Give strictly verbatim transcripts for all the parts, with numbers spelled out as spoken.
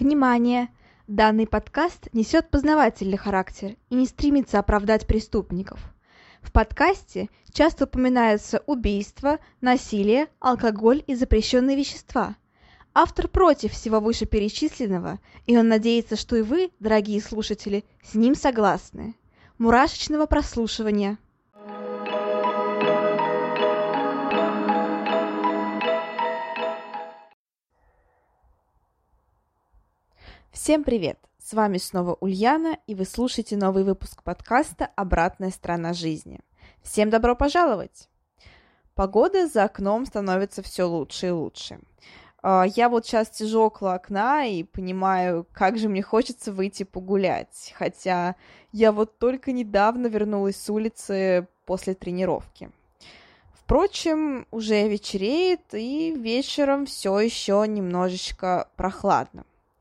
Внимание! Данный подкаст несет познавательный характер и не стремится оправдать преступников. В подкасте часто упоминаются убийства, насилие, алкоголь и запрещенные вещества. Автор против всего вышеперечисленного, и он надеется, что и вы, дорогие слушатели, с ним согласны. Мурашечного прослушивания! Всем привет! С вами снова Ульяна, и вы слушаете новый выпуск подкаста «Обратная сторона жизни». Всем добро пожаловать! Погода за окном становится все лучше и лучше. Я вот сейчас сижу около окна и понимаю, как же мне хочется выйти погулять, хотя я вот только недавно вернулась с улицы после тренировки. Впрочем, уже вечереет, и вечером все еще немножечко прохладно.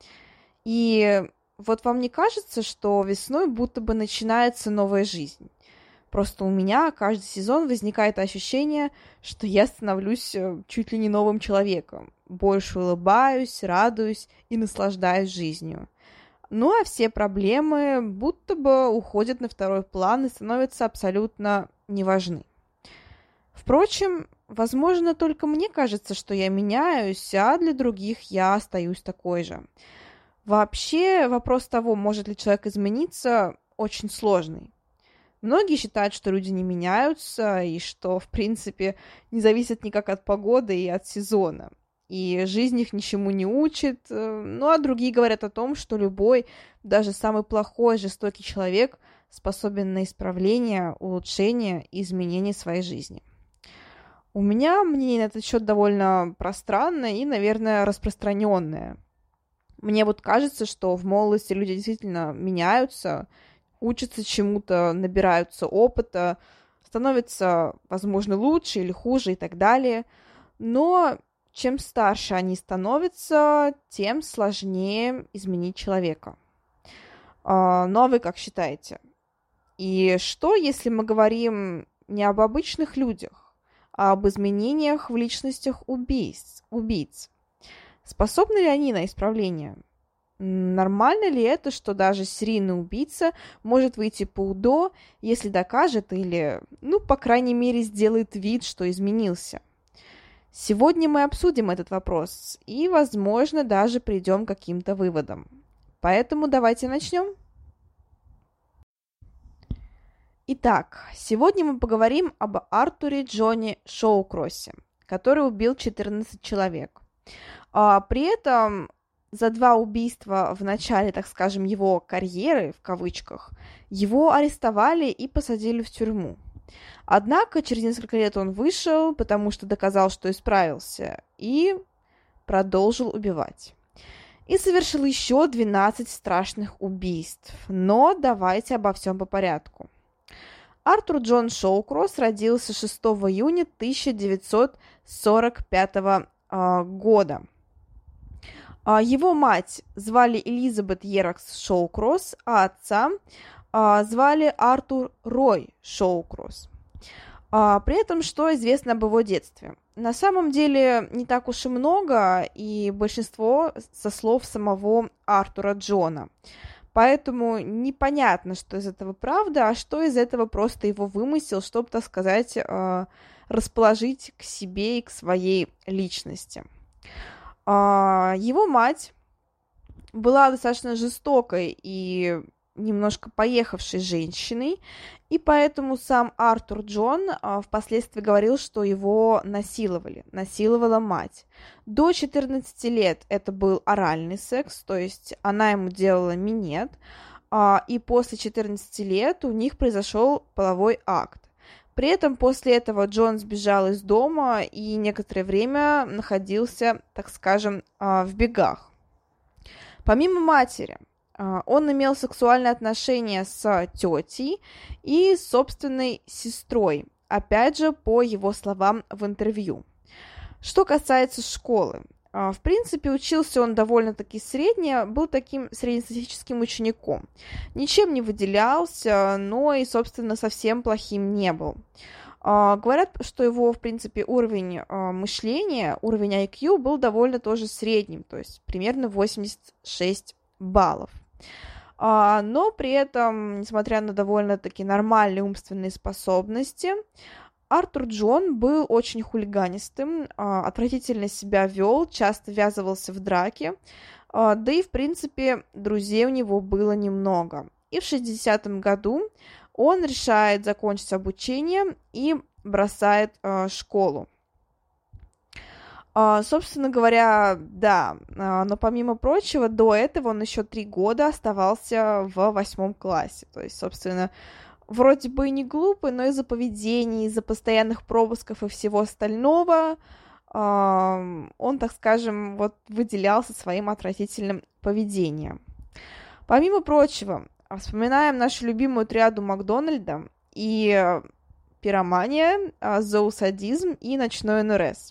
И вот вам не кажется, что весной будто бы начинается новая жизнь? Просто у меня каждый сезон возникает ощущение, что я становлюсь чуть ли не новым человеком. Больше улыбаюсь, радуюсь и наслаждаюсь жизнью. Ну а все проблемы будто бы уходят на второй план и становятся абсолютно неважны. Впрочем, возможно, только мне кажется, что я меняюсь, а для других я остаюсь такой же. Вообще, вопрос того, может ли человек измениться, очень сложный. Многие считают, что люди не меняются, и что, в принципе, не зависит никак от погоды и от сезона. И жизнь их ничему не учит. Ну, а другие говорят о том, что любой, даже самый плохой, жестокий человек способен на исправление, улучшение и изменение своей жизни. У меня мнение на этот счет довольно пространное и, наверное, распространенное. Мне вот кажется, что в молодости люди действительно меняются, учатся чему-то, набираются опыта, становятся, возможно, лучше или хуже и так далее. Но чем старше они становятся, тем сложнее изменить человека. Ну а вы как считаете? И что, если мы говорим не об обычных людях, а об изменениях в личностях убийц, убийц? Способны ли они на исправление? Нормально ли это, что даже серийный убийца может выйти по УДО, если докажет или, ну, по крайней мере, сделает вид, что изменился? Сегодня мы обсудим этот вопрос и, возможно, даже придем к каким-то выводам. Поэтому давайте начнем. Итак, сегодня мы поговорим об Артуре Джоне Шоукроссе, который убил четырнадцать человек. А при этом за два убийства в начале, так скажем, его карьеры, в кавычках, его арестовали и посадили в тюрьму. Однако через несколько лет он вышел, потому что доказал, что исправился, и продолжил убивать. И совершил еще двенадцать страшных убийств. Но давайте обо всем по порядку. Артур Джон Шоукросс родился шестого июня тысяча девятьсот сорок пятого э, года. Его мать звали Элизабет Еракс Шоукросс, а отца а, звали Артур Рой Шоукросс. А, при этом, что известно об его детстве? На самом деле не так уж и много, и большинство со слов самого Артура Джона. Поэтому непонятно, что из этого правда, а что из этого просто его вымысел, чтобы, так сказать, а, расположить к себе и к своей личности. Его мать была достаточно жестокой и немножко поехавшей женщиной, и поэтому сам Артур Джон впоследствии говорил, что его насиловали, насиловала мать. До четырнадцати лет это был оральный секс, то есть она ему делала минет, и после четырнадцати лет у них произошел половой акт. При этом после этого Джон сбежал из дома и некоторое время находился, так скажем, в бегах. Помимо матери, он имел сексуальные отношения с тетей и собственной сестрой, опять же, по его словам в интервью. Что касается школы, в принципе, учился он довольно-таки средне, был таким среднестатистическим учеником. Ничем не выделялся, но и, собственно, совсем плохим не был. А, говорят, что его, в принципе, уровень а, мышления, уровень ай кью был довольно тоже средним, то есть примерно восемьдесят шесть баллов. А, но при этом, несмотря на довольно-таки нормальные умственные способности, Артур Джон был очень хулиганистым, а, отвратительно себя вел, часто ввязывался в драки, а, да и, в принципе, друзей у него было немного. И в шестидесятом году он решает закончить обучение и бросает а, школу. А, собственно говоря, да, а, но помимо прочего, до этого он еще три года оставался в восьмом классе. То есть, собственно, вроде бы и не глупый, но из-за поведения, из-за постоянных пропусков и всего остального а, он, так скажем, вот выделялся своим отвратительным поведением. Помимо прочего, вспоминаем нашу любимую триаду Макдональда и пиромания, зоосадизм и ночной эн эр эс.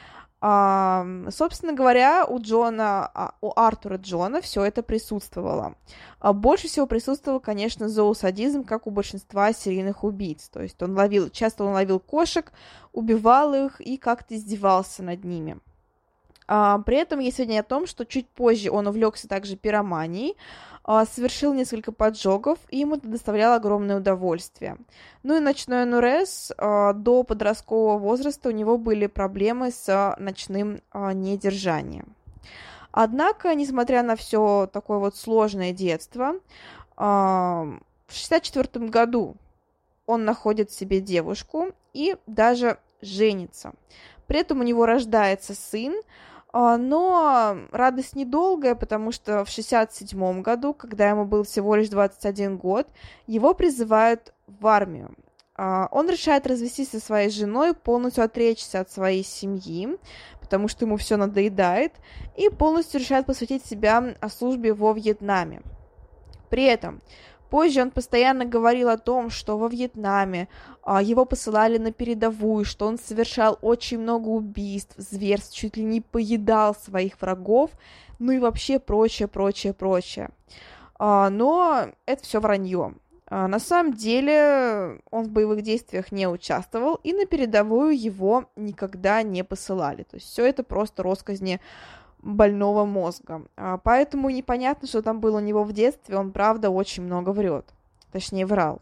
А, собственно говоря, у Джона, у Артура Джона все это присутствовало. А больше всего присутствовал, конечно, зоосадизм, как у большинства серийных убийц. То есть он ловил, часто он ловил кошек, убивал их и как-то издевался над ними. А, при этом есть сведения о том, что чуть позже он увлекся также пироманией, а, совершил несколько поджогов, и ему это доставляло огромное удовольствие. Ну и ночной эн эр эс, а, до подросткового возраста у него были проблемы с ночным а, недержанием. Однако, несмотря на все такое вот сложное детство, а, в шестьдесят четвёртом году он находит себе девушку и даже женится. При этом у него рождается сын, но радость недолгая, потому что в шестьдесят седьмом году, когда ему был всего лишь двадцать один год, его призывают в армию. Он решает развестись со своей женой, полностью отречься от своей семьи, потому что ему все надоедает, и полностью решает посвятить себя службе во Вьетнаме. При этом позже он постоянно говорил о том, что во Вьетнаме а, его посылали на передовую, что он совершал очень много убийств, зверств, чуть ли не поедал своих врагов, ну и вообще прочее, прочее, прочее. А, но это все вранье. А, на самом деле он в боевых действиях не участвовал, и на передовую его никогда не посылали. То есть все это просто россказни больного мозга. А, поэтому непонятно, что там было у него в детстве, он, правда, очень много врет. Точнее, врал.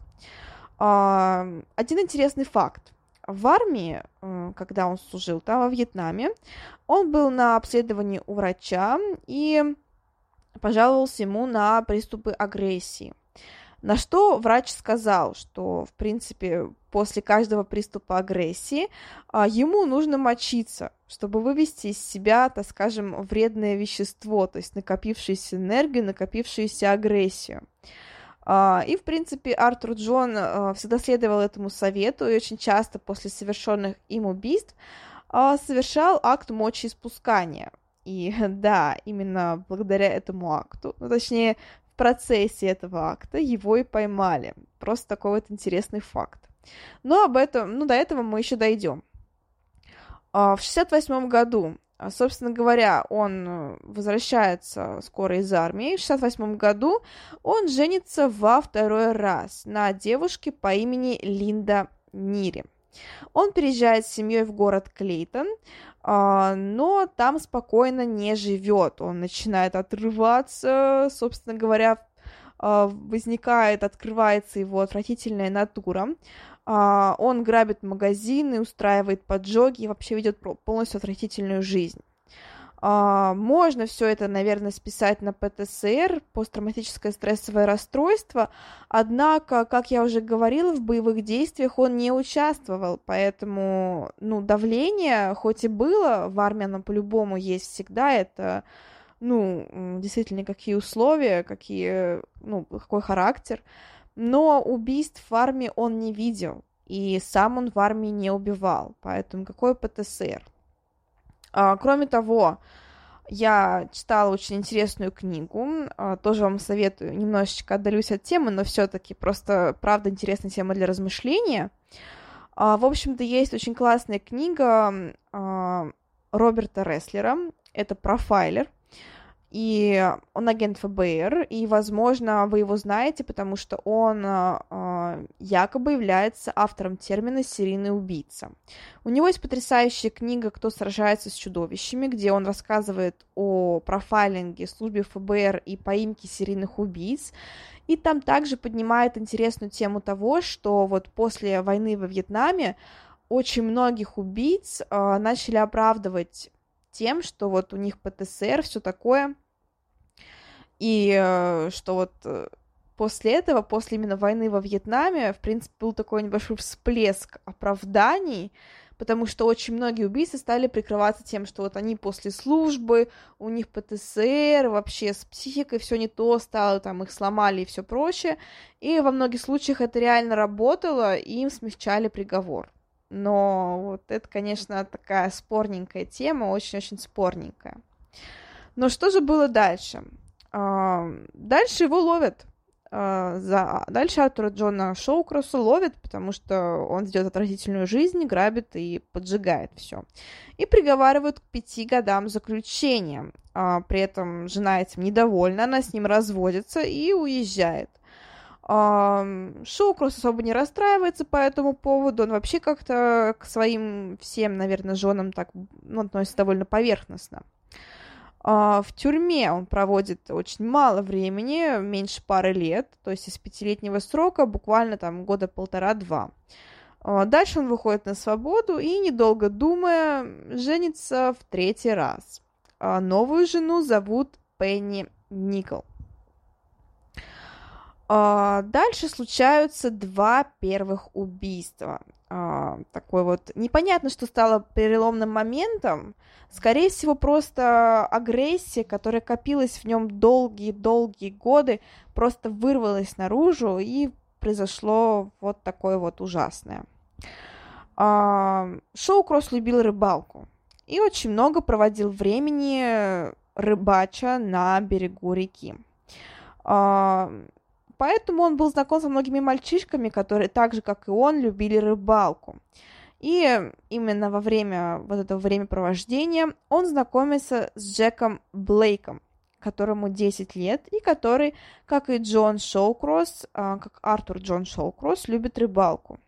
А, один интересный факт. В армии, когда он служил там, во Вьетнаме, он был на обследовании у врача и пожаловался ему на приступы агрессии. На что врач сказал, что, в принципе, после каждого приступа агрессии а, ему нужно мочиться, чтобы вывести из себя, так скажем, вредное вещество, то есть накопившуюся энергию, накопившуюся агрессию. А, и, в принципе, Артур Джон а, всегда следовал этому совету и очень часто после совершенных им убийств а, совершал акт мочеиспускания. И да, именно благодаря этому акту, ну, точнее, в процессе этого акта его и поймали. Просто такой вот интересный факт. Но об этом, ну, до этого мы еще дойдем. В шестьдесят восьмом году, собственно говоря, он возвращается скоро из армии. В шестьдесят восьмом году он женится во второй раз на девушке по имени Линда Нири. Он переезжает с семьей в город Клейтон, но там спокойно не живет. Он начинает отрываться, собственно говоря, возникает, открывается его отвратительная натура. Он грабит магазины, устраивает поджоги и вообще ведет полностью отвратительную жизнь. Можно все это, наверное, списать на пэ тэ эс эр, посттравматическое стрессовое расстройство, однако, как я уже говорила, в боевых действиях он не участвовал, поэтому, ну, давление, хоть и было, в армии оно по-любому есть всегда, это, ну, действительно, какие условия, какие, ну, какой характер, но убийств в армии он не видел, и сам он в армии не убивал, поэтому какой пэ тэ эс эр? А, кроме того, я читала очень интересную книгу, а, тоже вам советую, немножечко отдалюсь от темы, но все-таки просто, правда, интересная тема для размышления. А, в общем-то, есть очень классная книга а, Роберта Реслера, это «Профайлер», и он агент эф бэ эр, и, возможно, вы его знаете, потому что он э, якобы является автором термина «серийный убийца». У него есть потрясающая книга «Кто сражается с чудовищами», где он рассказывает о профайлинге службе эф бэ эр и поимке серийных убийц, и там также поднимает интересную тему того, что вот после войны во Вьетнаме очень многих убийц э, начали оправдывать тем, что вот у них пэ тэ эс эр, все такое, и э, что вот э, после этого, после именно войны во Вьетнаме, в принципе, был такой небольшой всплеск оправданий, потому что очень многие убийцы стали прикрываться тем, что вот они после службы, у них пэ тэ эс эр, вообще с психикой все не то стало, там их сломали и все прочее, и во многих случаях это реально работало, и им смягчали приговор. Но вот это, конечно, такая спорненькая тема, очень-очень спорненькая. Но что же было дальше? Дальше его ловят. За... Дальше Артура Джона Шоукросса ловят, потому что он ведет отвратительную жизнь, грабит и поджигает все. И приговаривают к пяти годам заключения. При этом жена этим недовольна, она с ним разводится и уезжает. Шоукросс особо не расстраивается по этому поводу, он вообще как-то к своим всем, наверное, женам так, ну, относится довольно поверхностно. В тюрьме он проводит очень мало времени, меньше пары лет, то есть из пятилетнего срока буквально там года полтора-два. Дальше он выходит на свободу и, недолго думая, женится в третий раз. Новую жену зовут Пенни Никол. Дальше случаются два первых убийства. Такой вот непонятно, что стало переломным моментом. Скорее всего, просто агрессия, которая копилась в нем долгие-долгие годы, просто вырвалась наружу, и произошло вот такое вот ужасное. Шоукросс любил рыбалку и очень много проводил времени рыбача на берегу реки. Поэтому он был знаком со многими мальчишками, которые так же, как и он, любили рыбалку. И именно во время вот этого времяпровождения он знакомится с Джеком Блейком, которому десять лет, и который, как и Джон Шоукросс, как Артур Джон Шоукросс, любит рыбалку.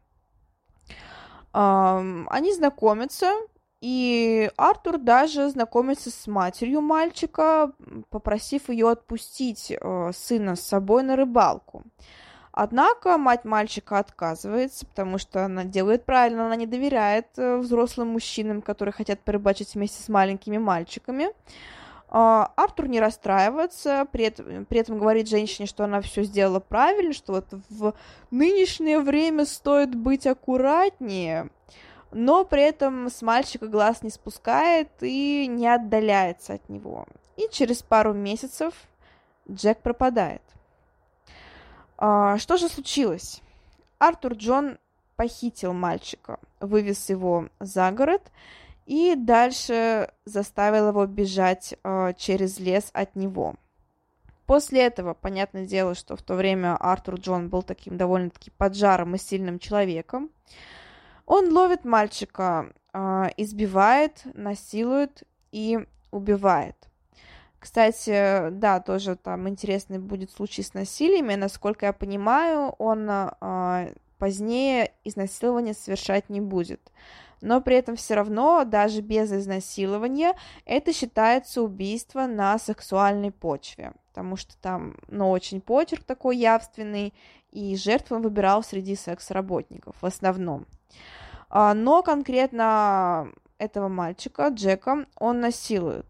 Они знакомятся, и Артур даже знакомится с матерью мальчика, попросив ее отпустить сына с собой на рыбалку. Однако мать мальчика отказывается, потому что она делает правильно, она не доверяет взрослым мужчинам, которые хотят порыбачить вместе с маленькими мальчиками. Артур не расстраивается, при этом, при этом говорит женщине, что она все сделала правильно, что вот в нынешнее время стоит быть аккуратнее, но при этом с мальчика глаз не спускает и не отдаляется от него. И через пару месяцев Джек пропадает. Что же случилось? Артур Джон похитил мальчика, вывез его за город и дальше заставил его бежать через лес от него. После этого, понятное дело, что в то время Артур Джон был таким довольно-таки поджарым и сильным человеком. Он ловит мальчика, избивает, насилует и убивает. Кстати, да, тоже там интересный будет случай с насилиями. Насколько я понимаю, он а, позднее изнасилование совершать не будет. Но при этом все равно, даже без изнасилования, это считается убийство на сексуальной почве. Потому что там, ну, очень почерк такой явственный, и жертву он выбирал среди секс-работников в основном. А, но конкретно этого мальчика, Джека, он насилует.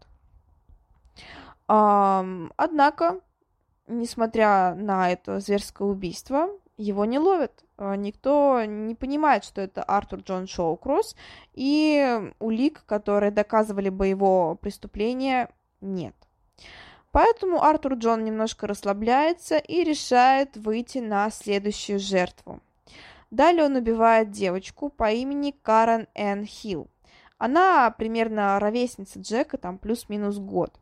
Однако, несмотря на это зверское убийство, его не ловят. Никто не понимает, что это Артур Джон Шоукросс, и улик, которые доказывали бы его преступление, нет. Поэтому Артур Джон немножко расслабляется и решает выйти на следующую жертву. Далее он убивает девочку по имени Карен Энн Хилл. Она примерно ровесница Джека, там плюс-минус год.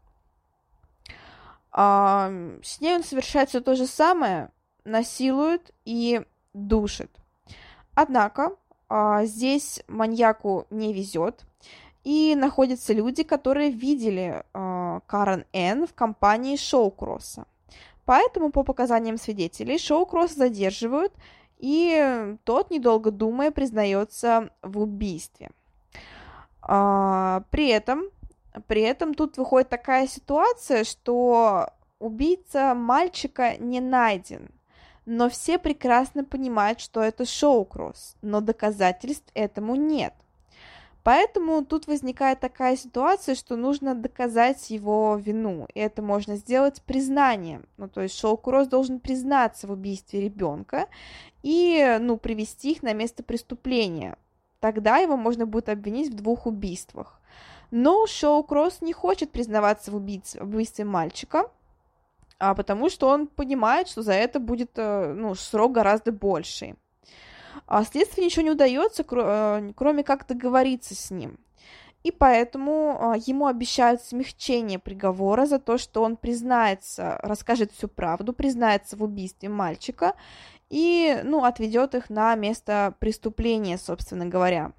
А, с ней он совершает все то же самое, насилует и душит. Однако а, здесь маньяку не везет, и находятся люди, которые видели а, Карен Энн в компании Шоукросса. Поэтому, по показаниям свидетелей, Шоукросса задерживают, и тот, недолго думая, признается в убийстве. А, при этом, при этом тут выходит такая ситуация, что убийца мальчика не найден, но все прекрасно понимают, что это Шоукросс, но доказательств этому нет. Поэтому тут возникает такая ситуация, что нужно доказать его вину, и это можно сделать признанием. Ну, то есть Шоукросс должен признаться в убийстве ребенка и, ну, привести их на место преступления. Тогда его можно будет обвинить в двух убийствах. Но Шоукросс не хочет признаваться в убийстве, в убийстве мальчика, а потому что он понимает, что за это будет, ну, срок гораздо больший. А следствию ничего не удается, кроме как договориться с ним. И поэтому ему обещают смягчение приговора за то, что он признается, расскажет всю правду, признается в убийстве мальчика и, ну, отведет их на место преступления, собственно говоря.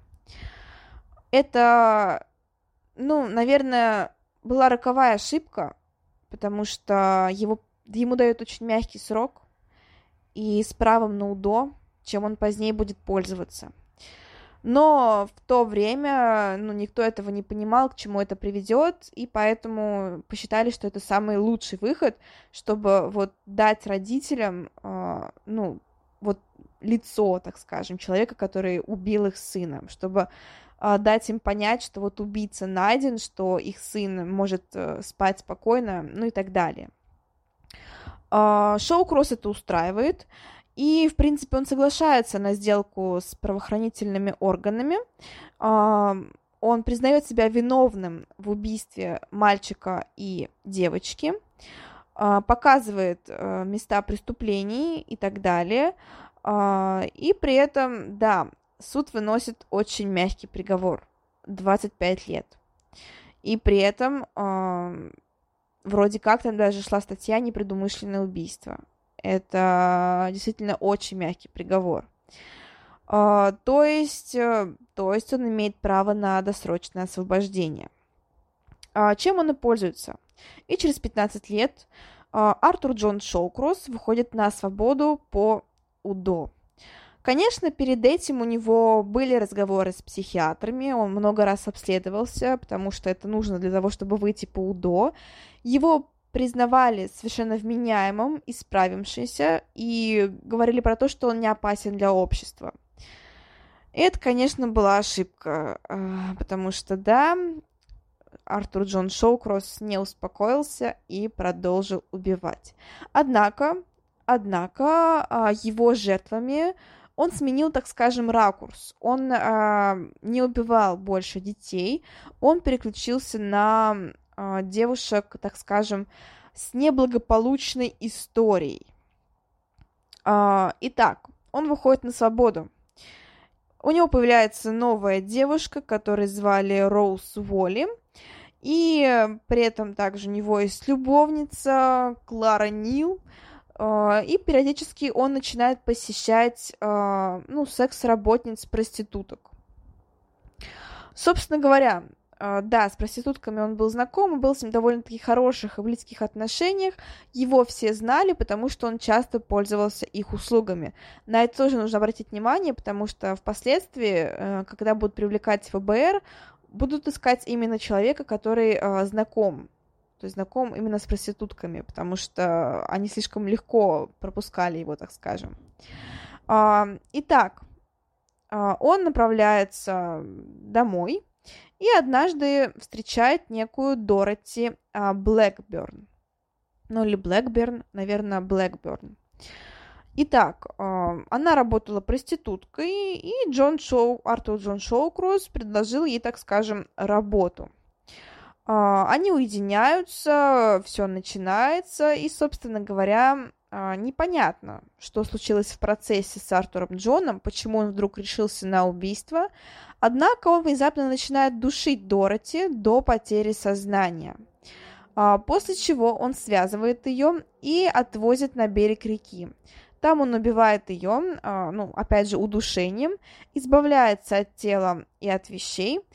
Это, ну, наверное, была роковая ошибка, потому что его, ему дают очень мягкий срок и с правом на УДО, чем он позднее будет пользоваться. Но в то время, ну, никто этого не понимал, к чему это приведет, и поэтому посчитали, что это самый лучший выход, чтобы вот дать родителям, э, ну, вот лицо, так скажем, человека, который убил их сына, чтобы э, дать им понять, что вот убийца найден, что их сын может э, спать спокойно, ну и так далее. Э, Шоукросс это устраивает. И, в принципе, он соглашается на сделку с правоохранительными органами. Он признает себя виновным в убийстве мальчика и девочки, показывает места преступлений и так далее. И при этом, да, суд выносит очень мягкий приговор – двадцать пять лет. И при этом вроде как там даже шла статья «Непредумышленное убийство». Это действительно очень мягкий приговор. Uh, то есть, uh, то есть он имеет право на досрочное освобождение. Uh, чем он и пользуется? И через пятнадцать лет uh, Артур Джон Шоукросс выходит на свободу по УДО. Конечно, перед этим у него были разговоры с психиатрами, он много раз обследовался, потому что это нужно для того, чтобы выйти по УДО. Его признавали совершенно вменяемым, исправившимся, и говорили про то, что он не опасен для общества. И это, конечно, была ошибка, потому что, да, Артур Джон Шоукросс не успокоился и продолжил убивать. Однако, однако его жертвами он сменил, так скажем, ракурс. Он не убивал больше детей, он переключился на девушек, так скажем, с неблагополучной историей. Итак, он выходит на свободу. У него появляется новая девушка, которую звали Роуз Уолли, и при этом также у него есть любовница Клара Нил, и периодически он начинает посещать, ну, секс-работниц, проституток. Собственно говоря, да, с проститутками он был знаком, и был с ним в довольно-таки хороших и близких отношениях. Его все знали, потому что он часто пользовался их услугами. На это тоже нужно обратить внимание, потому что впоследствии, когда будут привлекать ФБР, будут искать именно человека, который знаком, то есть знаком именно с проститутками, потому что они слишком легко пропускали его, так скажем. Итак, он направляется домой, и однажды встречает некую Дороти а, Блэкберн. Ну, или Блэкберн, наверное, Блэкберн. Итак, а, она работала проституткой, и Джон Шоу, Артур Джон Шоукросс предложил ей, так скажем, работу. А, они уединяются, все начинается, и, собственно говоря, а, непонятно, что случилось в процессе с Артуром Джоном, почему он вдруг решился на убийство. Однако он внезапно начинает душить Дороти до потери сознания, после чего он связывает ее и отвозит на берег реки. Там он убивает ее, ну, опять же, удушением, избавляется от тела и от вещей,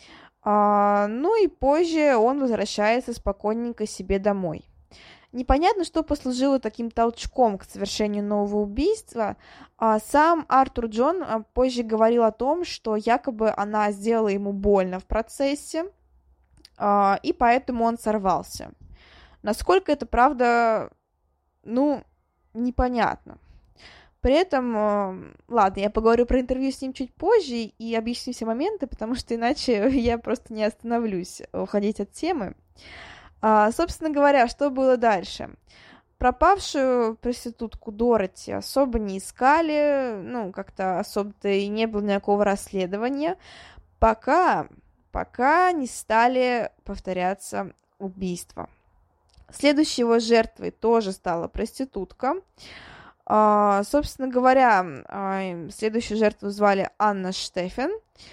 А, ну и позже он возвращается спокойненько себе домой. Непонятно, что послужило таким толчком к совершению нового убийства. А сам Артур Джон а, позже говорил о том, что якобы она сделала ему больно в процессе, а, и поэтому он сорвался. Насколько это правда, ну, непонятно. При этом, э, ладно, я поговорю про интервью с ним чуть позже и объясню все моменты, потому что иначе я просто не остановлюсь уходить от темы. А, собственно говоря, что было дальше? Пропавшую проститутку Дороти особо не искали, ну, как-то особо-то и не было никакого расследования, пока, пока не стали повторяться убийства. Следующей его жертвой тоже стала проститутка. Uh, собственно говоря, uh, следующую жертву звали Анна Штефен,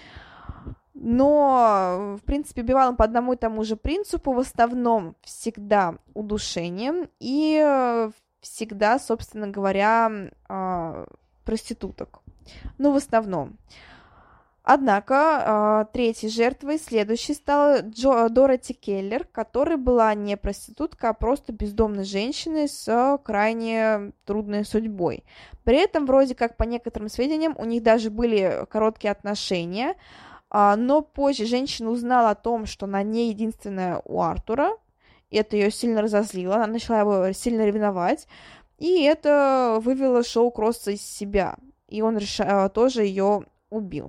но, в принципе, убивала по одному и тому же принципу, в основном всегда удушением и uh, всегда, собственно говоря, uh, проституток, ну, в основном. Однако, третьей жертвой следующей стала Джо, Дороти Келлер, которая была не проститутка, а просто бездомной женщиной с крайне трудной судьбой. При этом, вроде как, по некоторым сведениям, у них даже были короткие отношения, но позже женщина узнала о том, что она не единственная у Артура, и это ее сильно разозлило, она начала его сильно ревновать, и это вывело Шоу Кросса из себя, и он реш... тоже ее убил.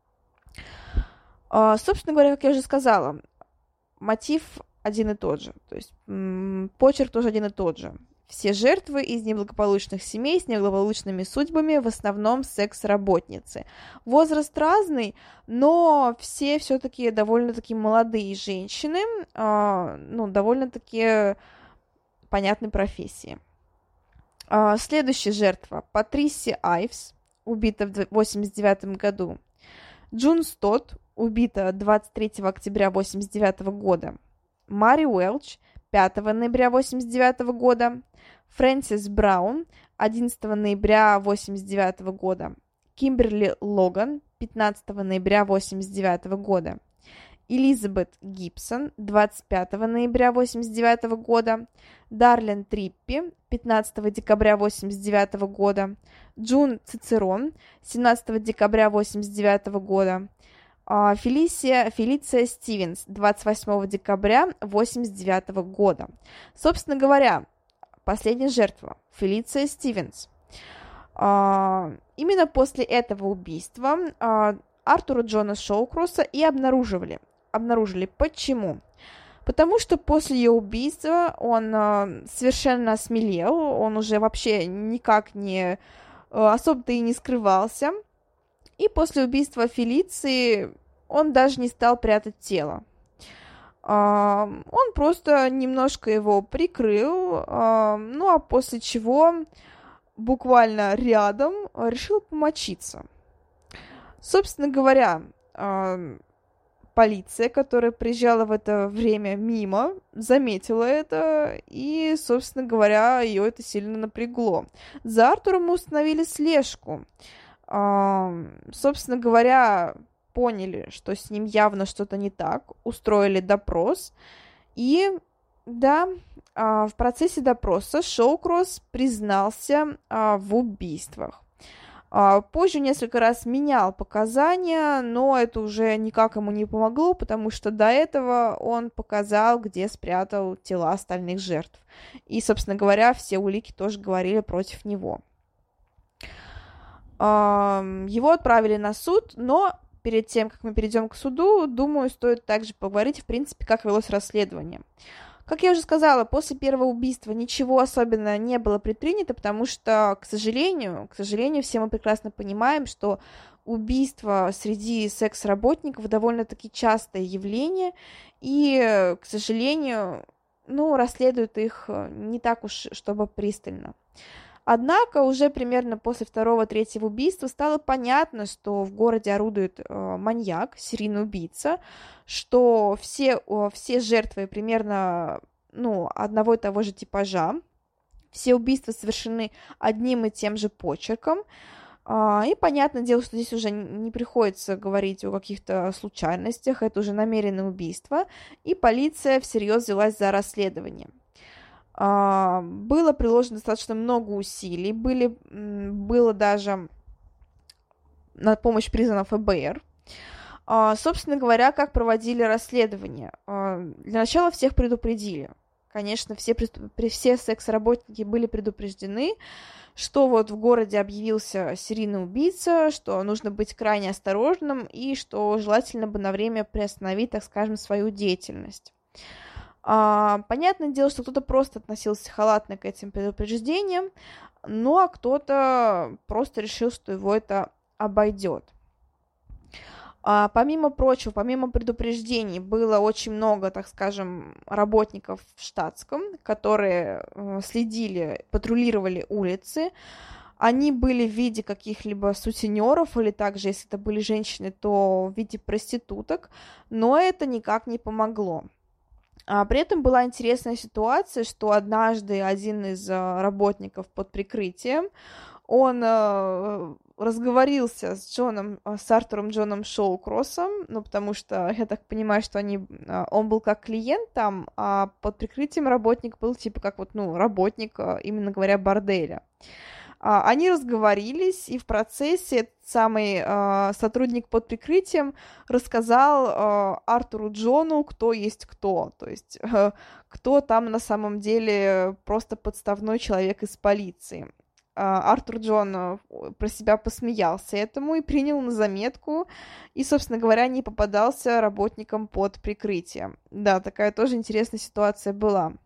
Uh, собственно говоря, как я уже сказала, мотив один и тот же, то есть м- почерк тоже один и тот же. Все жертвы из неблагополучных семей с неблагополучными судьбами, в основном секс-работницы. Возраст разный, но все все-таки довольно-таки молодые женщины, uh, ну, довольно-таки понятной профессии. Uh, следующая жертва — Патрисия Айвс, убита в восемьдесят девятом году. Джун Стот, убита двадцать третьего октября восемьдесят девятого года. Мари Уэлч, пятого ноября восемьдесят девятого года. Фрэнсис Браун, одиннадцатого ноября восемьдесят девятого года. Кимберли Логан, пятнадцатого ноября восемьдесят девятого года. Элизабет Гибсон, двадцать пятого ноября восемьдесят девятого года. Дарлин Триппи, пятнадцатого декабря восемьдесят девятого года. Джун Цицерон, семнадцатого декабря восемьдесят девятого года. Фелисия, Фелиция Стивенс, двадцать восьмого декабря восемьдесят девятого года. Собственно говоря, последняя жертва, Фелиция Стивенс. Именно после этого убийства Артура Джона Шоукросса и обнаруживали. Обнаружили. Почему? Потому что после ее убийства он совершенно осмелел, он уже вообще никак не особо-то и не скрывался. И после убийства Фелиции он даже не стал прятать тело. Он просто немножко его прикрыл, ну а после чего буквально рядом решил помочиться. Собственно говоря, полиция, которая приезжала в это время мимо, заметила это, и, собственно говоря, ее это сильно напрягло. За Артуром мы установили слежку. Собственно говоря, поняли, что с ним явно что-то не так, устроили допрос, и, да, в процессе допроса Шоукросс признался в убийствах. Позже несколько раз менял показания, но это уже никак ему не помогло, потому что до этого он показал, где спрятал тела остальных жертв. И, собственно говоря, все улики тоже говорили против него. Его отправили на суд, но перед тем, как мы перейдем к суду, думаю, стоит также поговорить, в принципе, как велось расследование. Как я уже сказала, после первого убийства ничего особенного не было предпринято, потому что, к сожалению, к сожалению, все мы прекрасно понимаем, что убийства среди секс-работников довольно-таки частое явление, и, к сожалению, ну, расследуют их не так уж, чтобы пристально. Однако уже примерно после второго-третьего убийства стало понятно, что в городе орудует э, маньяк, серийный убийца, что все, э, все жертвы примерно ну, одного и того же типажа, все убийства совершены одним и тем же почерком, А, И понятное дело, что здесь уже не приходится говорить о каких-то случайностях, это уже намеренное убийство, и полиция всерьез взялась за расследование. А, Было приложено достаточно много усилий, были, м, было даже на помощь призвано эф бэ эр. А, Собственно говоря, как проводили расследование? А, Для начала всех предупредили. Конечно, все, преступ- при- все секс-работники были предупреждены, что вот в городе объявился серийный убийца, что нужно быть крайне осторожным и что желательно бы на время приостановить, так скажем, свою деятельность. А, понятное дело, что кто-то просто относился халатно к этим предупреждениям, ну а кто-то просто решил, что его это обойдет. А, помимо прочего, помимо предупреждений, было очень много, так скажем, работников в штатском, которые э, следили, патрулировали улицы. Они были в виде каких-либо сутенеров, или также, если это были женщины, то в виде проституток, но это никак не помогло. А при этом была интересная ситуация, что однажды один из э, работников под прикрытием, он э, разговорился с Джоном, э, с Артуром Джоном Шоукроссом, ну, потому что я так понимаю, что они, э, он был как клиент там, а под прикрытием работник был типа как вот, ну, работник, э, именно говоря, борделя. А, Они разговорились, и в процессе этот самый э, сотрудник под прикрытием рассказал э, Артуру Джону, кто есть кто, то есть э, кто там на самом деле просто подставной человек из полиции. А, Артур Джон э, про себя посмеялся этому и принял на заметку, и, собственно говоря, не попадался работникам под прикрытием. Да, такая тоже интересная ситуация была.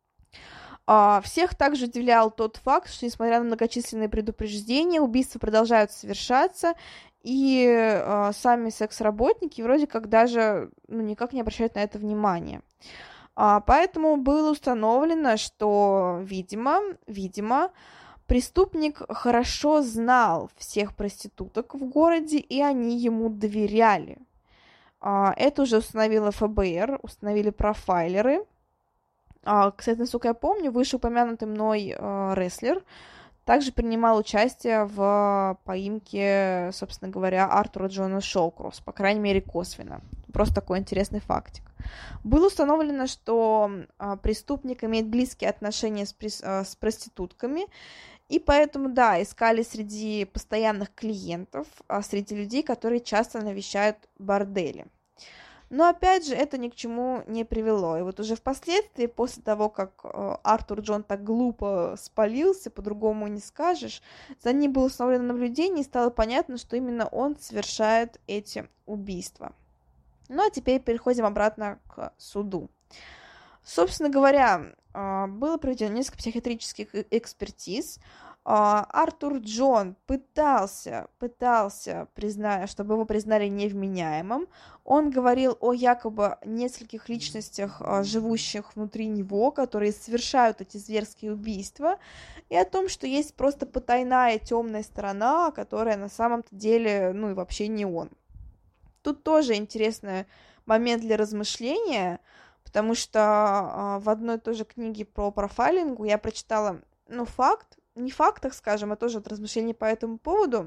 А, Всех также удивлял тот факт, что, несмотря на многочисленные предупреждения, убийства продолжают совершаться, и а, сами секс-работники вроде как даже ну, никак не обращают на это внимания. А, Поэтому было установлено, что, видимо, видимо, преступник хорошо знал всех проституток в городе, и они ему доверяли. А, Это уже установила эф бэ эр, установили профайлеры. А, Кстати, насколько я помню, вышеупомянутый мной э, рестлер также принимал участие в поимке, собственно говоря, Артура Джона Шоукросс, по крайней мере, косвенно. Просто такой интересный фактик. Было установлено, что а, преступник имеет близкие отношения с, прис- а, с проститутками, и поэтому, да, искали среди постоянных клиентов, а, среди людей, которые часто навещают бордели. Но опять же, это ни к чему не привело. И вот уже впоследствии, после того, как э, Артур Джон так глупо спалился, по-другому не скажешь, за ним было установлено наблюдение, и стало понятно, что именно он совершает эти убийства. Ну а теперь переходим обратно к суду. Собственно говоря, э, было проведено несколько психиатрических э- экспертиз. А, Артур Джон пытался, пытался, призна... чтобы его признали невменяемым. Он говорил о якобы нескольких личностях, а, живущих внутри него, которые совершают эти зверские убийства, и о том, что есть просто потайная темная сторона, которая на самом деле, ну и вообще не он. Тут тоже интересный момент для размышления, потому что а, в одной и той же книге про профайлингу я прочитала, ну, факт, не факт, так скажем, а тоже вот размышления по этому поводу,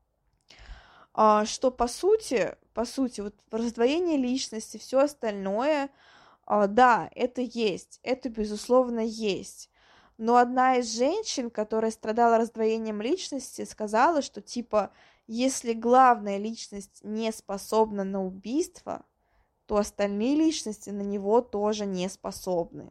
а, что по сути, по сути, вот раздвоение личности, все остальное, а, да, это есть, это безусловно есть. Но одна из женщин, которая страдала раздвоением личности, сказала, что типа, если главная личность не способна на убийство, то остальные личности на него тоже не способны.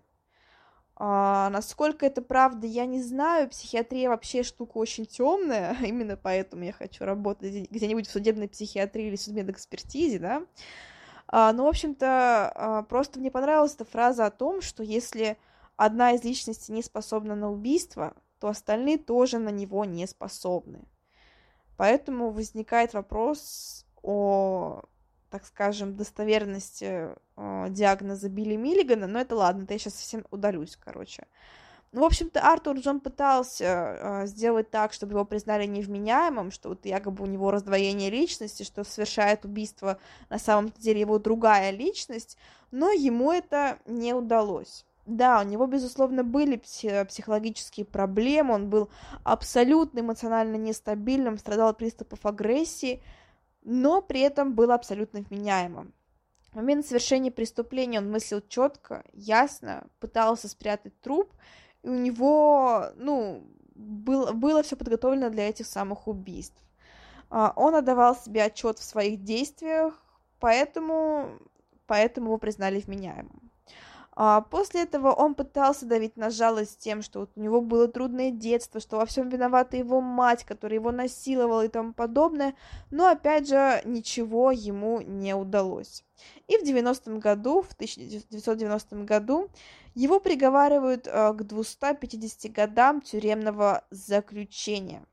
А, насколько это правда, я не знаю. Психиатрия вообще штука очень темная, именно поэтому я хочу работать где-нибудь в судебной психиатрии или судебной экспертизе, да. А, ну, в общем-то, а, просто мне понравилась эта фраза о том, что если одна из личностей не способна на убийство, то остальные тоже на него не способны. Поэтому возникает вопрос о, так скажем, достоверности э, диагноза Билли Миллигана, но это ладно, это я сейчас совсем удалюсь, короче. Ну, в общем-то, Артур Джон пытался э, сделать так, чтобы его признали невменяемым, что вот якобы у него раздвоение личности, что совершает убийство на самом деле его другая личность, но ему это не удалось. Да, у него, безусловно, были пси- психологические проблемы, он был абсолютно эмоционально нестабильным, страдал от приступов агрессии, но при этом был абсолютно вменяемым. В момент совершения преступления он мыслил четко, ясно, пытался спрятать труп, и у него, ну, был, было все подготовлено для этих самых убийств. А, Он отдавал себе отчет в своих действиях, поэтому, поэтому его признали вменяемым. А, После этого он пытался давить на жалость тем, что вот у него было трудное детство, что во всем виновата его мать, которая его насиловала и тому подобное, но опять же ничего ему не удалось. И в девяностом году, в тысяча девятьсот девяностом году, его приговаривают э, к двумстам пятидесяти годам тюремного заключения.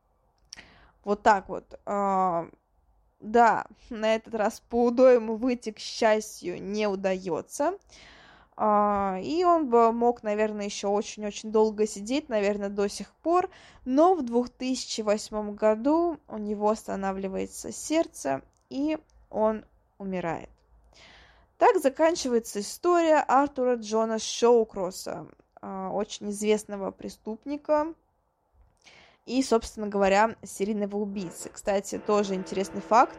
Вот так вот. А, Да, на этот раз по УДО ему выйти, к счастью, не удается. А, И он бы мог, наверное, еще очень-очень долго сидеть, наверное, до сих пор, но в две тысячи восьмом году у него останавливается сердце, и он умирает. Так заканчивается история Артура Джона Шоукросса, а, очень известного преступника и, собственно говоря, серийного убийцы. Кстати, тоже интересный факт.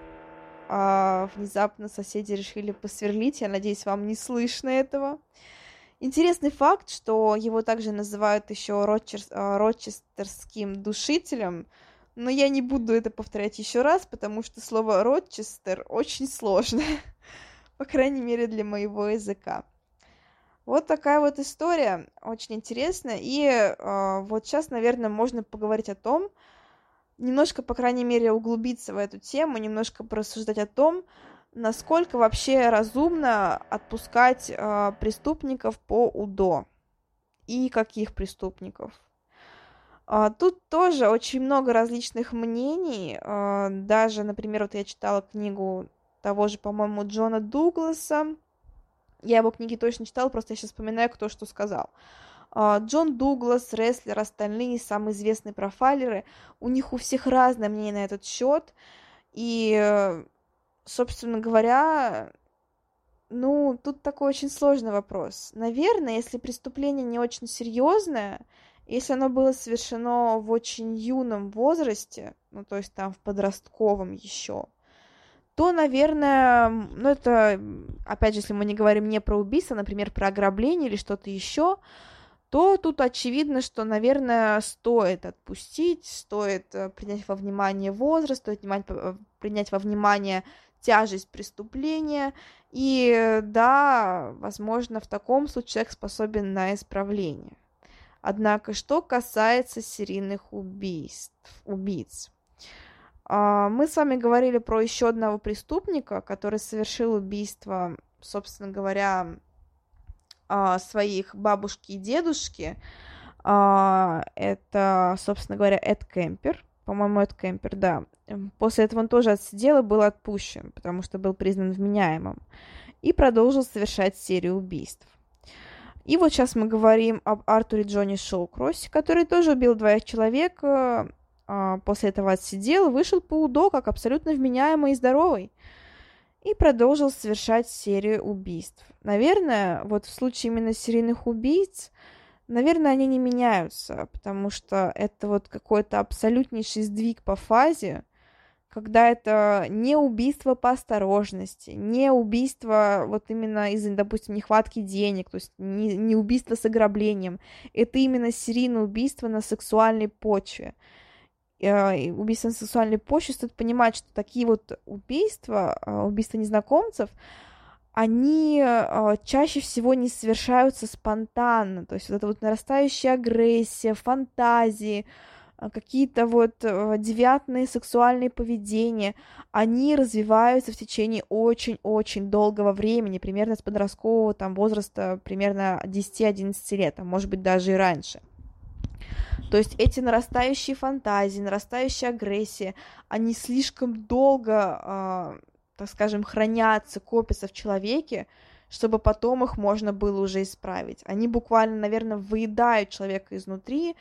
а, Внезапно соседи решили посверлить, я надеюсь, вам не слышно этого. Интересный факт, что его также называют еще Рочер- а, рочестерским душителем, но я не буду это повторять еще раз, потому что слово Рочестер очень сложное, по крайней мере для моего языка. Вот такая вот история, очень интересная. И э, вот сейчас, наверное, можно поговорить о том, немножко, по крайней мере, углубиться в эту тему, немножко порассуждать о том, насколько вообще разумно отпускать э, преступников по УДО и каких преступников. А, Тут тоже очень много различных мнений. а, Даже, например, вот я читала книгу того же, по-моему, Джона Дугласа. Я его книги точно читала, просто я сейчас вспоминаю, кто что сказал. А, Джон Дуглас, рестлер, остальные самые известные профайлеры, у них у всех разное мнение на этот счет. И, э, собственно говоря, ну, тут такой очень сложный вопрос. Наверное, если преступление не очень серьезное, если оно было совершено в очень юном возрасте, ну, то есть там в подростковом еще, то, наверное, м, ну, это, м, опять же, если мы не говорим не про убийство, например, про ограбление или что-то еще, то тут очевидно, что, наверное, стоит отпустить, стоит э, принять во внимание возраст, стоит внимать- э, принять во внимание тяжесть преступления, и э, да, возможно, в таком случае человек способен на исправление. Однако, что касается серийных убийств, убийц, а, мы с вами говорили про еще одного преступника, который совершил убийство, собственно говоря, а, своих бабушки и дедушки. А, Это, собственно говоря, Эд Кемпер. По-моему, Эд Кемпер, да. Эм, После этого он тоже отсидел и был отпущен, потому что был признан вменяемым. И продолжил совершать серию убийств. И вот сейчас мы говорим об Артуре Джонни Шоукроссе, который тоже убил двоих человек, э, а, после этого отсидел, вышел по УДО как абсолютно вменяемый и здоровый и продолжил совершать серию убийств. Наверное, вот в случае именно серийных убийц, наверное, они не меняются, потому что это вот какой-то абсолютнейший сдвиг по фазе, когда это не убийство по осторожности, не убийство вот именно из-за, допустим, нехватки денег, то есть не, не убийство с ограблением, это именно серийное убийство на сексуальной почве. Э, Убийство на сексуальной почве, стоит понимать, что такие вот убийства, э, убийства незнакомцев, они э, чаще всего не совершаются спонтанно, то есть вот эта вот нарастающая агрессия, фантазии, э, какие-то вот э, девиантные сексуальные поведения, они развиваются в течение очень-очень долгого времени, примерно с подросткового там возраста, примерно десять-одиннадцать лет, а может быть даже и раньше. То есть эти нарастающие фантазии, нарастающая агрессия, они слишком долго, а, так скажем, хранятся, копятся в человеке, чтобы потом их можно было уже исправить. Они буквально, наверное, выедают человека изнутри.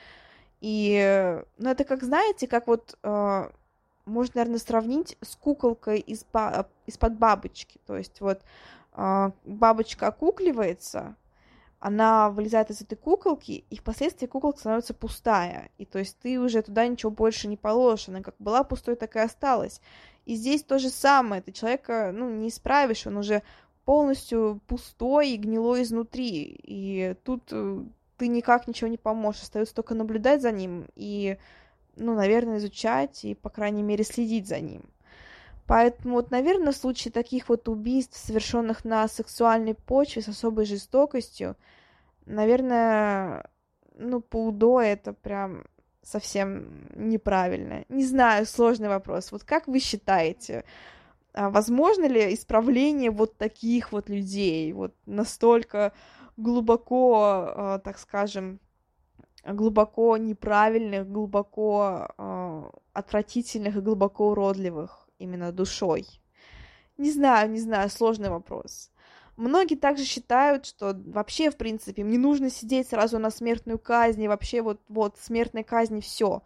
И, ну, это как, знаете, как вот а, можно, наверное, сравнить с куколкой из из-под бабочки. То есть вот а, бабочка окукливается, она вылезает из этой куколки, и впоследствии куколка становится пустая. И то есть ты уже туда ничего больше не положишь. Она как была пустой, так и осталась. И здесь то же самое. Ты человека, ну, не исправишь, он уже полностью пустой и гнилой изнутри. И тут ты никак ничего не поможешь. Остается только наблюдать за ним и, ну, наверное, изучать и, по крайней мере, следить за ним. Поэтому, вот, наверное, в случае таких вот убийств, совершенных на сексуальной почве с особой жестокостью, наверное, ну, по УДО это прям совсем неправильно. Не знаю, сложный вопрос. Вот как вы считаете, возможно ли исправление вот таких вот людей, вот настолько глубоко, так скажем, глубоко неправильных, глубоко отвратительных и глубоко уродливых? Именно душой. Не знаю, не знаю, сложный вопрос. Многие также считают, что вообще, в принципе, им не нужно сидеть сразу на смертную казнь, и вообще вот, вот смертной казни все.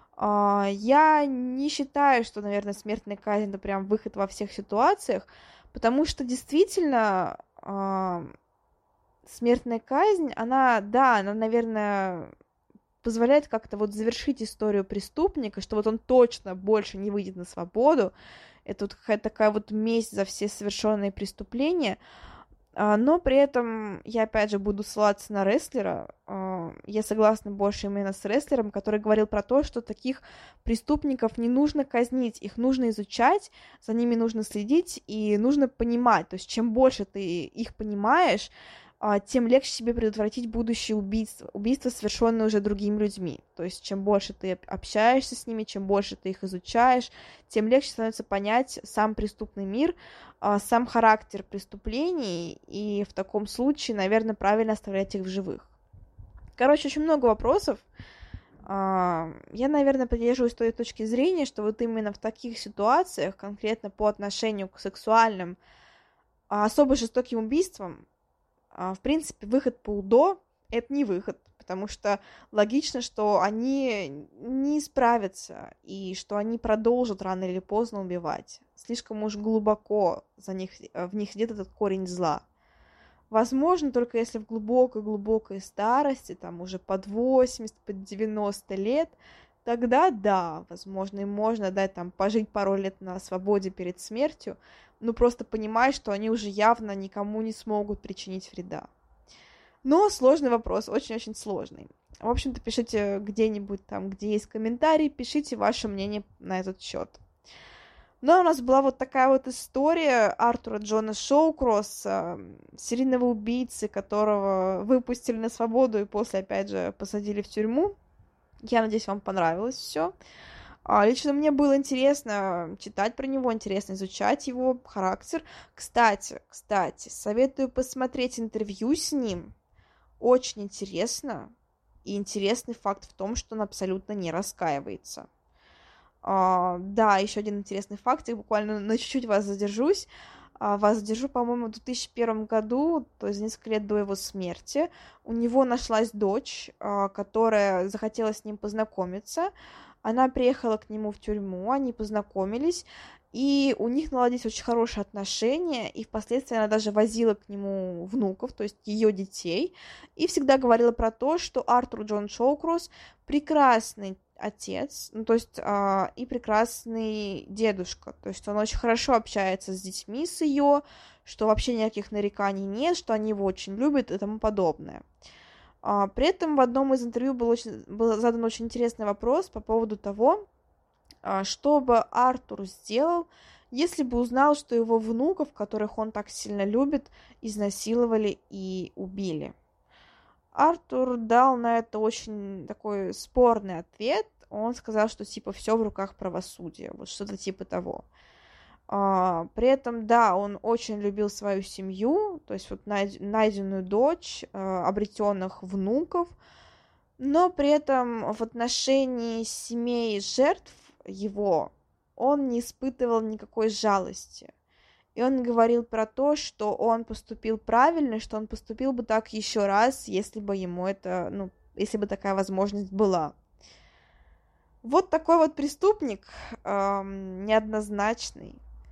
Я не считаю, что, наверное, смертная казнь это прям выход во всех ситуациях, потому что действительно смертная казнь, она, да, она, наверное, позволяет как-то вот завершить историю преступника, что вот он точно больше не выйдет на свободу. Это вот какая-то такая вот месть за все совершенные преступления. Но при этом я, опять же, буду ссылаться на Рестлера. Я согласна больше именно с Рестлером, который говорил про то, что таких преступников не нужно казнить, их нужно изучать, за ними нужно следить и нужно понимать. То есть чем больше ты их понимаешь, тем легче себе предотвратить будущее убийства, убийства, совершенные уже другими людьми. То есть, чем больше ты общаешься с ними, чем больше ты их изучаешь, тем легче становится понять сам преступный мир, сам характер преступлений, и в таком случае, наверное, правильно оставлять их в живых. Короче, очень много вопросов. Я, наверное, придерживаюсь той точки зрения, что вот именно в таких ситуациях, конкретно по отношению к сексуальным, особо жестоким убийствам, в принципе, выход по УДО — это не выход, потому что логично, что они не справятся, и что они продолжат рано или поздно убивать. Слишком уж глубоко за них, в них сидит этот корень зла. Возможно, только если в глубокой-глубокой старости, там уже под восемьдесят, под девяносто лет, тогда да, возможно, им можно дать там пожить пару лет на свободе перед смертью, ну, просто понимая, что они уже явно никому не смогут причинить вреда. Но сложный вопрос, очень-очень сложный. В общем-то, пишите где-нибудь там, где есть комментарии, пишите ваше мнение на этот счет. Ну, у нас была вот такая вот история Артура Джона Шоукросса, серийного убийцы, которого выпустили на свободу и после, опять же, посадили в тюрьму. Я надеюсь, вам понравилось все. Лично мне было интересно читать про него, интересно изучать его характер. Кстати, кстати, советую посмотреть интервью с ним. Очень интересно. И интересный факт в том, что он абсолютно не раскаивается. А, да, еще один интересный факт. Я буквально на чуть-чуть вас задержусь. А, вас задержу, по-моему, в две тысячи первом году, то есть несколько лет до его смерти. У него нашлась дочь, а, которая захотела с ним познакомиться. Она приехала к нему в тюрьму, они познакомились, и у них наладились очень хорошие отношения, и впоследствии она даже возила к нему внуков, то есть ее детей, и всегда говорила про то, что Артур Джон Шоукросс прекрасный отец, ну, то есть э, и прекрасный дедушка, то есть он очень хорошо общается с детьми, с ее, что вообще никаких нареканий нет, что они его очень любят и тому подобное. При этом в одном из интервью был, очень, был задан очень интересный вопрос по поводу того, что бы Артур сделал, если бы узнал, что его внуков, которых он так сильно любит, изнасиловали и убили. Артур дал на это очень такой спорный ответ. Он сказал, что типа все в руках правосудия, вот что-то типа того. Uh, при этом, да, он очень любил свою семью, то есть вот найденную дочь, uh, обретенных внуков, но при этом в отношении семей жертв его он не испытывал никакой жалости. И он говорил про то, что он поступил правильно, что он поступил бы так еще раз, если бы ему это, ну, если бы такая возможность была. Вот такой вот преступник, uh, неоднозначный.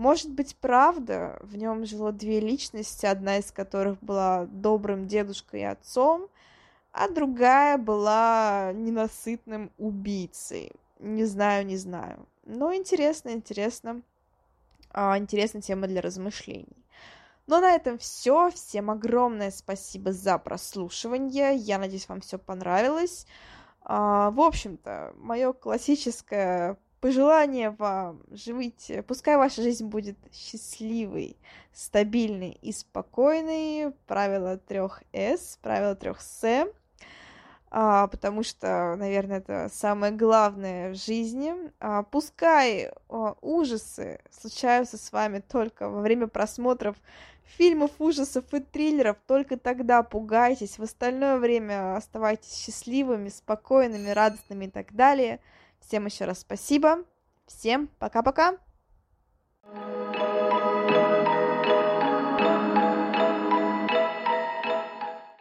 Может быть, правда, в нем жило две личности, одна из которых была добрым дедушкой и отцом, а другая была ненасытным убийцей. Не знаю, не знаю. Но интересно, интересно. А, интересная тема для размышлений. Ну, на этом все. Всем огромное спасибо за прослушивание. Я надеюсь, вам все понравилось. А, в общем-то, мое классическое пожелание вам: живите, пускай ваша жизнь будет счастливой, стабильной и спокойной. Правило трех С, правило трех С. А, потому что, наверное, это самое главное в жизни. А, пускай а, ужасы случаются с вами только во время просмотров фильмов ужасов и триллеров, только тогда пугайтесь. В остальное время оставайтесь счастливыми, спокойными, радостными и так далее. Всем еще раз спасибо. Всем пока-пока.